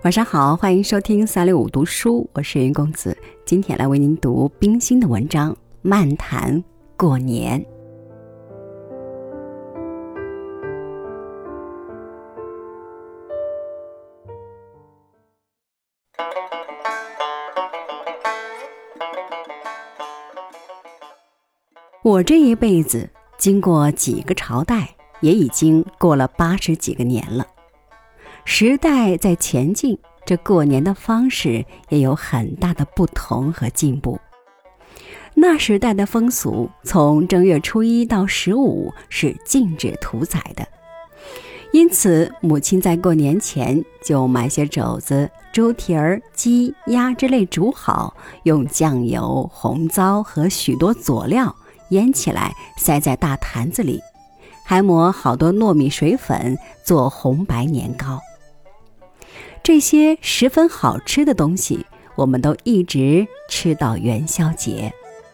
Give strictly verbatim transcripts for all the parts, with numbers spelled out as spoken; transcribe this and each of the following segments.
晚上好，欢迎收听三六五读书，我是云公子。今天来为您读冰心的文章《漫谈过年》。我这一辈子经过几个朝代，也已经过了八十几个年了。时代在前进，这过年的方式也有很大的不同和进步。那时代的风俗，从正月初一到十五是禁止屠宰的，因此母亲在过年前就买些肘子、猪蹄儿、鸡、鸭之类煮好，用酱油、红糟和许多佐料腌起来，塞在大坛子里，还抹好多糯米水粉做红白年糕。这些十分好吃的东西，我们都一直吃到元宵节。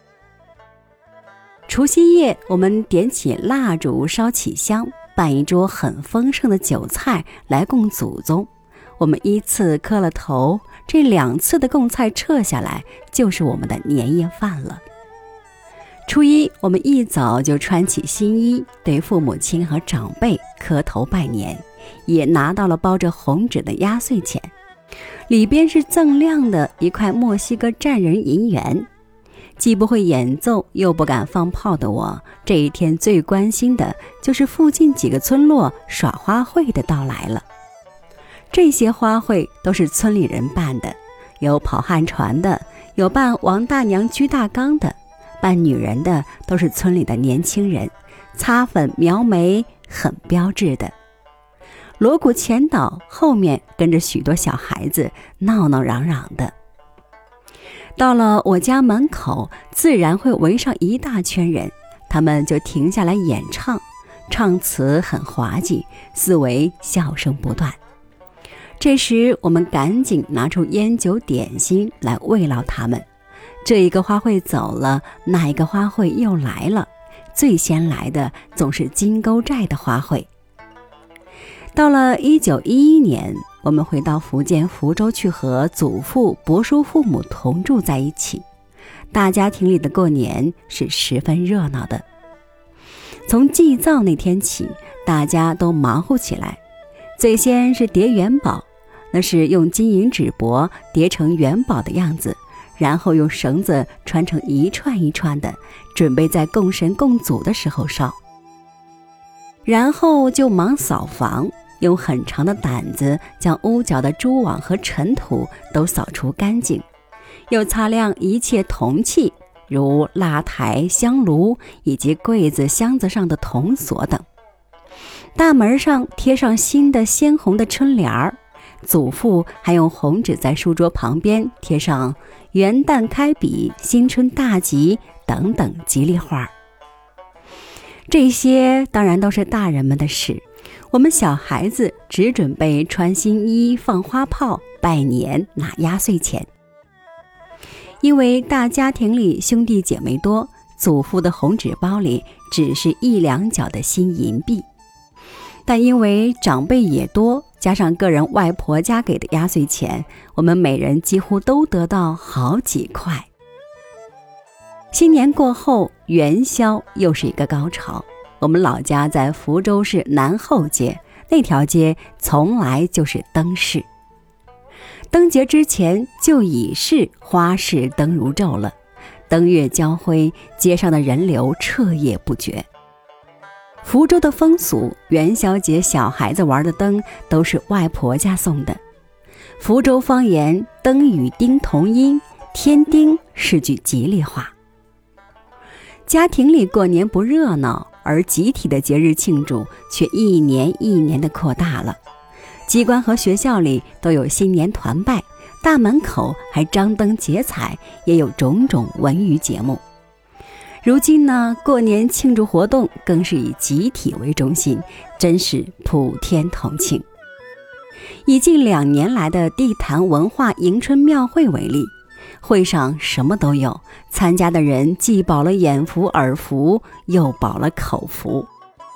除夕夜，我们点起蜡烛，烧起香，办一桌很丰盛的酒菜来供祖宗。我们依次磕了头，这两次的供菜撤下来，就是我们的年夜饭了。初一，我们一早就穿起新衣，对父母亲和长辈磕头拜年，也拿到了包着红纸的压岁钱，里边是锃亮的一块墨西哥战人银元。既不会演奏又不敢放炮的我，这一天最关心的就是附近几个村落耍花卉的到来了。这些花卉都是村里人办的，有跑旱船的，有扮王大娘鞠大刚的，扮女人的都是村里的年轻人，擦粉描眉很标致的。锣鼓前倒，后面跟着许多小孩子闹闹嚷嚷的。到了我家门口，自然会围上一大圈人，他们就停下来演唱，唱词很滑稽，四围笑声不断。这时我们赶紧拿出烟酒点心来慰劳他们。这一个花卉走了，那一个花卉又来了，最先来的总是金钩寨的花卉。到了一九一一年，我们回到福建福州去和祖父、伯叔父母同住在一起，大家庭里的过年是十分热闹的。从祭灶那天起，大家都忙活起来。最先是叠元宝，那是用金银纸帛叠成元宝的样子，然后用绳子穿成一串一串的，准备在供神供祖的时候烧。然后就忙扫房，用很长的掸子将屋角的蛛网和尘土都扫除干净，又擦亮一切铜器，如蜡台、香炉以及柜子、箱子上的铜锁等。大门上贴上新的鲜红的春联儿，祖父还用红纸在书桌旁边贴上元旦开笔、新春大吉等等吉利话。这些当然都是大人们的事，我们小孩子只准备穿新衣、放花炮、拜年、拿压岁钱。因为大家庭里兄弟姐妹多，祖父的红纸包里只是一两角的新银币，但因为长辈也多，加上个人外婆家给的压岁钱，我们每人几乎都得到好几块。新年过后，元宵又是一个高潮。我们老家在福州市南后街，那条街从来就是灯市。灯节之前就已是花市灯如昼了，灯月交辉，街上的人流彻夜不绝。福州的风俗，元宵节小孩子玩的灯都是外婆家送的。福州方言灯与丁同音，添丁是句吉利话。家庭里过年不热闹，而集体的节日庆祝却一年一年的扩大了。机关和学校里都有新年团拜，大门口还张灯结彩，也有种种文娱节目。如今呢，过年庆祝活动更是以集体为中心，真是普天同庆。以近两年来的地坛文化迎春庙会为例，会上什么都有，参加的人既饱了眼福耳福，又饱了口福。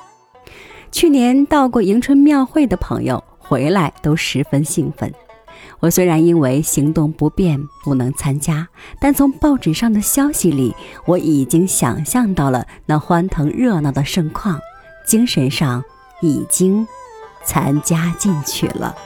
去年到过迎春庙会的朋友回来都十分兴奋， 我虽然因为行动不便不能参加，但从报纸上的消息里，我已经想象到了那欢腾热闹的盛况，精神上已经参加进去了。